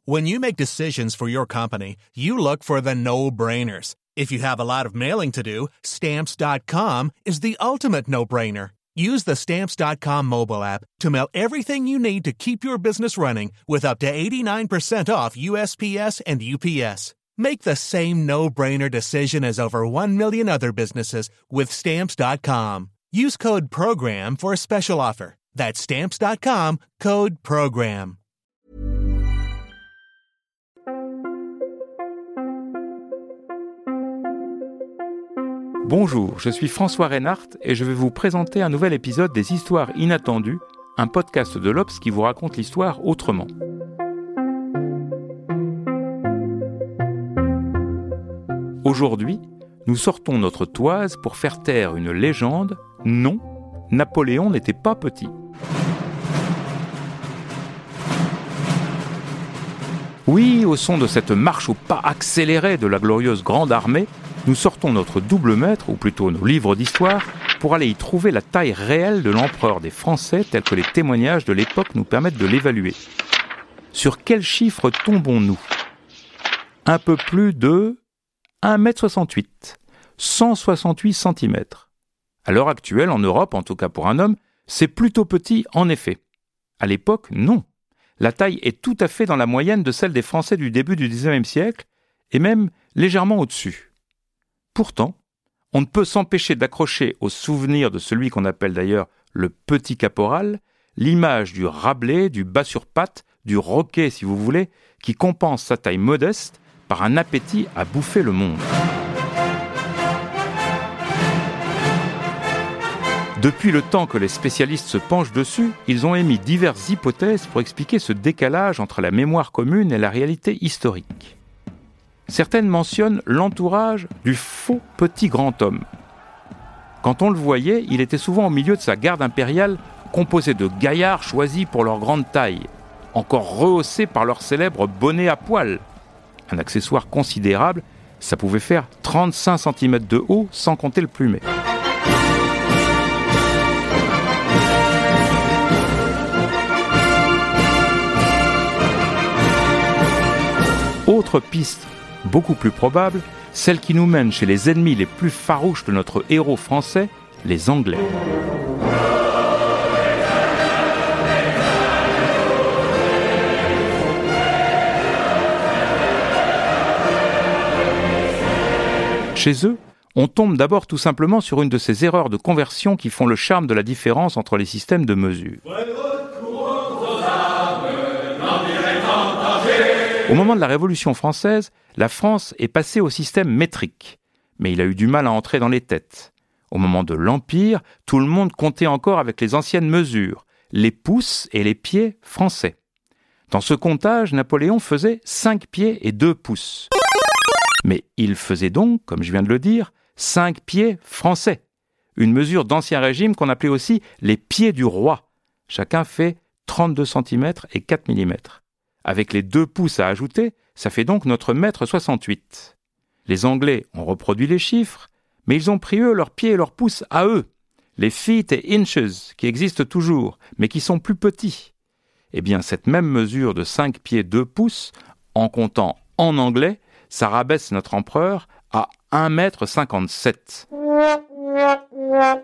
When you make decisions for your company, you look for the no-brainers. If you have a lot of mailing to do, Stamps.com is the ultimate no-brainer. Use the Stamps.com mobile app to mail everything you need to keep your business running with up to 89% off USPS and UPS. Make the same no-brainer decision as over 1 million other businesses with Stamps.com. Use code PROGRAM for a special offer. That's Stamps.com, code PROGRAM. Bonjour, je suis François Reinhardt et je vais vous présenter un nouvel épisode des Histoires inattendues, un podcast de l'Obs qui vous raconte l'histoire autrement. Aujourd'hui, nous sortons notre toise pour faire taire une légende. Non, Napoléon n'était pas petit. Oui, au son de cette marche au pas accéléré de la glorieuse Grande Armée, nous sortons notre double mètre, ou plutôt nos livres d'histoire, pour aller y trouver la taille réelle de l'empereur des Français tel que les témoignages de l'époque nous permettent de l'évaluer. Sur quel chiffre tombons-nous ? Un peu plus de 1,68 m, 168 cm. À l'heure actuelle, en Europe, en tout cas pour un homme, c'est plutôt petit en effet. À l'époque, non. La taille est tout à fait dans la moyenne de celle des Français du début du XIXe siècle, et même légèrement au-dessus. Pourtant, on ne peut s'empêcher d'accrocher au souvenir de celui qu'on appelle d'ailleurs le petit caporal, l'image du Rabelais, du bas sur pattes, du Roquet si vous voulez, qui compense sa taille modeste par un appétit à bouffer le monde. Depuis le temps que les spécialistes se penchent dessus, ils ont émis diverses hypothèses pour expliquer ce décalage entre la mémoire commune et la réalité historique. Certaines mentionnent l'entourage du faux petit grand homme. Quand on le voyait, il était souvent au milieu de sa garde impériale composée de gaillards choisis pour leur grande taille, encore rehaussés par leur célèbre bonnet à poil. Un accessoire considérable, ça pouvait faire 35 cm de haut sans compter le plumet. Autre piste beaucoup plus probable, celle qui nous mène chez les ennemis les plus farouches de notre héros français, les Anglais. Chez eux, on tombe d'abord tout simplement sur une de ces erreurs de conversion qui font le charme de la différence entre les systèmes de mesure. Au moment de la Révolution française, la France est passée au système métrique, mais il a eu du mal à entrer dans les têtes. Au moment de l'Empire, tout le monde comptait encore avec les anciennes mesures, les pouces et les pieds français. Dans ce comptage, Napoléon faisait 5 pieds et 2 pouces. Mais il faisait donc, comme je viens de le dire, 5 pieds français, une mesure d'Ancien Régime qu'on appelait aussi les pieds du roi. Chacun fait 32 cm et 4 mm. Avec les 2 pouces à ajouter, ça fait donc notre mètre 68. Les Anglais ont reproduit les chiffres, mais ils ont pris eux leurs pieds et leurs pouces à eux, les feet et inches qui existent toujours, mais qui sont plus petits. Eh bien, cette même mesure de 5 pieds 2 pouces, en comptant en anglais, ça rabaisse notre empereur à 1,57 m.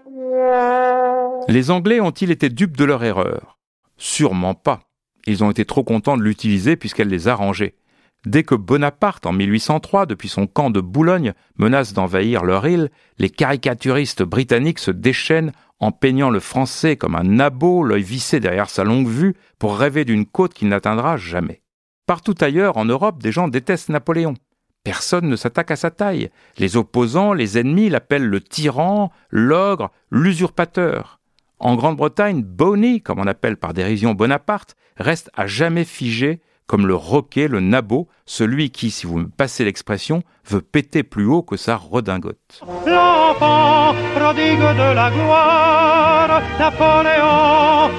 Les Anglais ont-ils été dupes de leur erreur ? Sûrement pas. Ils ont été trop contents de l'utiliser puisqu'elle les arrangeait. Dès que Bonaparte, en 1803, depuis son camp de Boulogne, menace d'envahir leur île, les caricaturistes britanniques se déchaînent en peignant le français comme un nabot, l'œil vissé derrière sa longue vue, pour rêver d'une côte qu'il n'atteindra jamais. Partout ailleurs, en Europe, des gens détestent Napoléon. Personne ne s'attaque à sa taille. Les opposants, les ennemis l'appellent le tyran, l'ogre, l'usurpateur. En Grande-Bretagne, Boney, comme on appelle par dérision Bonaparte, reste à jamais figé comme le roquet, le nabot, celui qui, si vous me passez l'expression, veut péter plus haut que sa redingote. L'enfant prodigue de la gloire, Napoléon,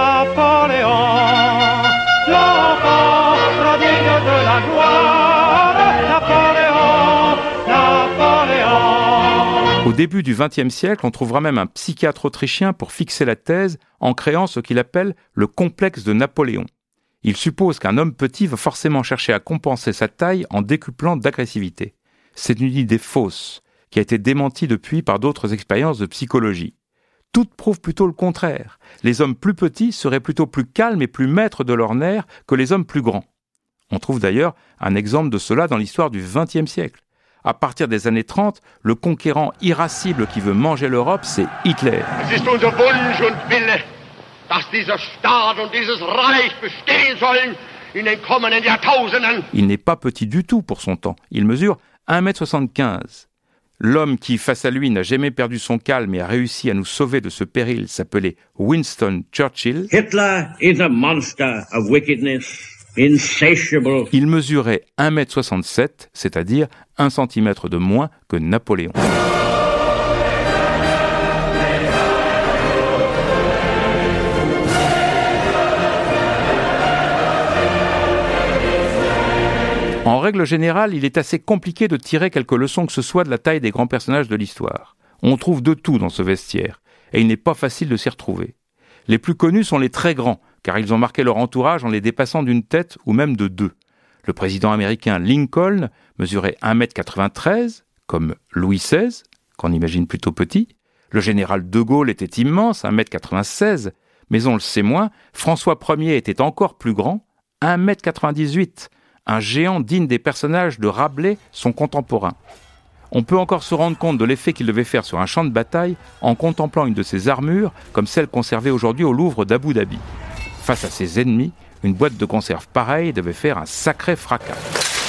Napoléon. L'enfant prodigue de la gloire, Napoléon, Napoléon. Au début du XXe siècle, on trouvera même un psychiatre autrichien pour fixer la thèse en créant ce qu'il appelle le complexe de Napoléon. Il suppose qu'un homme petit va forcément chercher à compenser sa taille en décuplant d'agressivité. C'est une idée fausse, qui a été démentie depuis par d'autres expériences de psychologie. Toutes prouvent plutôt le contraire. Les hommes plus petits seraient plutôt plus calmes et plus maîtres de leurs nerfs que les hommes plus grands. On trouve d'ailleurs un exemple de cela dans l'histoire du XXe siècle. À partir des années 30, le conquérant irascible qui veut manger l'Europe, c'est Hitler. Es ist unser Wunsch und Wille, dass dieser Staat und dieses Reich bestehen sollen in den kommenden Jahrtausenden. Il n'est pas petit du tout pour son temps. Il mesure 1,75 m. L'homme qui, face à lui, n'a jamais perdu son calme et a réussi à nous sauver de ce péril s'appelait Winston Churchill. Hitler is a monster of wickedness, insatiable. Il mesurait 1,67 m, c'est-à-dire 1 cm de moins que Napoléon. En règle générale, il est assez compliqué de tirer quelque leçon que ce soit de la taille des grands personnages de l'histoire. On trouve de tout dans ce vestiaire, et il n'est pas facile de s'y retrouver. Les plus connus sont les très grands, car ils ont marqué leur entourage en les dépassant d'une tête ou même de deux. Le président américain Lincoln mesurait 1,93 m, comme Louis XVI, qu'on imagine plutôt petit. Le général de Gaulle était immense, 1,96 m, mais on le sait moins, François Ier était encore plus grand, 1,98 m. Un géant digne des personnages de Rabelais, son contemporain. On peut encore se rendre compte de l'effet qu'il devait faire sur un champ de bataille en contemplant une de ses armures comme celle conservée aujourd'hui au Louvre d'Abu Dhabi. Face à ses ennemis, une boîte de conserve pareille devait faire un sacré fracas.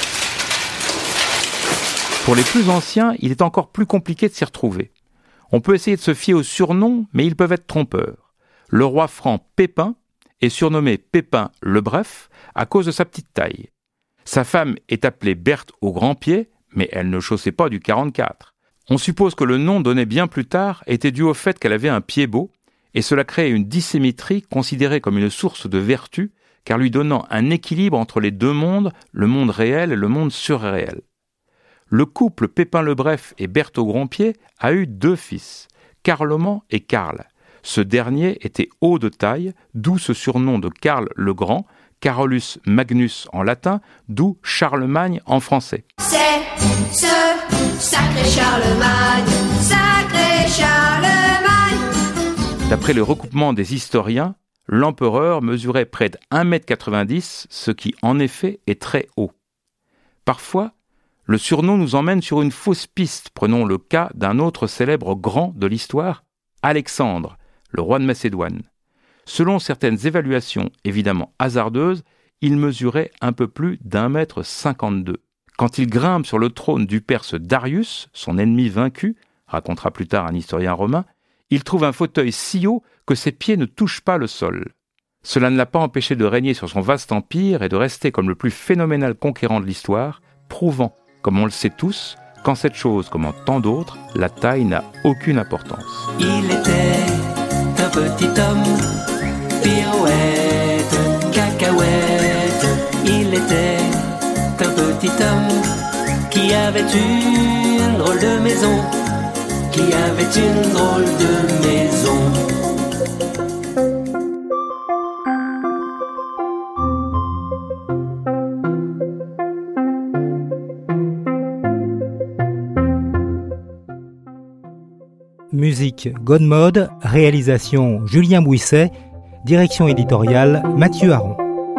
Pour les plus anciens, il est encore plus compliqué de s'y retrouver. On peut essayer de se fier aux surnoms, mais ils peuvent être trompeurs. Le roi franc Pépin est surnommé Pépin le Bref à cause de sa petite taille. Sa femme est appelée Berthe au grand pied, mais elle ne chaussait pas du 44. On suppose que le nom donné bien plus tard était dû au fait qu'elle avait un pied beau, et cela crée une dissymétrie considérée comme une source de vertu, car lui donnant un équilibre entre les deux mondes, le monde réel et le monde surréel. Le couple Pépin le Bref et Berthe au grand pied a eu 2 fils, Carloman et Karl. Ce dernier était haut de taille, d'où ce surnom de Karl le Grand, Carolus Magnus en latin, d'où Charlemagne en français. C'est ce sacré Charlemagne, sacré Charlemagne. D'après le recoupement des historiens, l'empereur mesurait près de 1,90 m, ce qui en effet est très haut. Parfois, le surnom nous emmène sur une fausse piste. Prenons le cas d'un autre célèbre grand de l'histoire, Alexandre, le roi de Macédoine. Selon certaines évaluations évidemment hasardeuses, il mesurait un peu plus d'1,52 m. Quand il grimpe sur le trône du Perse Darius, son ennemi vaincu, racontera plus tard un historien romain, il trouve un fauteuil si haut que ses pieds ne touchent pas le sol. Cela ne l'a pas empêché de régner sur son vaste empire et de rester comme le plus phénoménal conquérant de l'histoire, prouvant, comme on le sait tous, qu'en cette chose comme en tant d'autres, la taille n'a aucune importance. Il était un petit homme, pirouette, cacahuète. Il était un petit homme qui avait une drôle de maison, qui avait une drôle de maison. Musique Godmode, réalisation Julien Bouisset, direction éditoriale Mathieu Aron.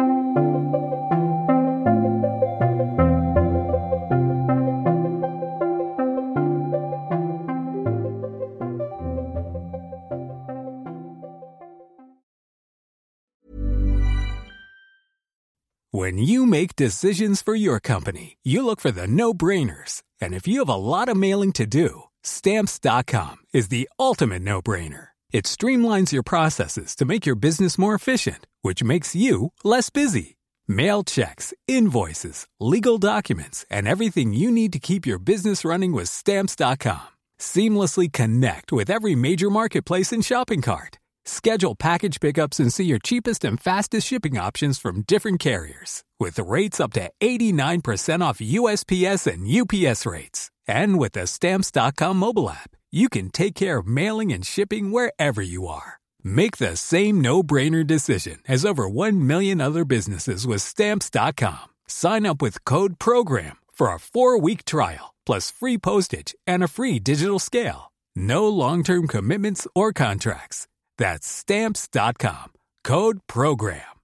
When you make decisions for your company, you look for the no-brainers. And if you have a lot of mailing to do, Stamps.com is the ultimate no-brainer. It streamlines your processes to make your business more efficient, which makes you less busy. Mail checks, invoices, legal documents, and everything you need to keep your business running with Stamps.com. Seamlessly connect with every major marketplace and shopping cart. Schedule package pickups and see your cheapest and fastest shipping options from different carriers, with rates up to 89% off USPS and UPS rates. And with the Stamps.com mobile app, you can take care of mailing and shipping wherever you are. Make the same no-brainer decision as over 1 million other businesses with Stamps.com. Sign up with code PROGRAM for a 4-week trial, plus free postage and a free digital scale. No long-term commitments or contracts. That's Stamps.com. Code PROGRAM.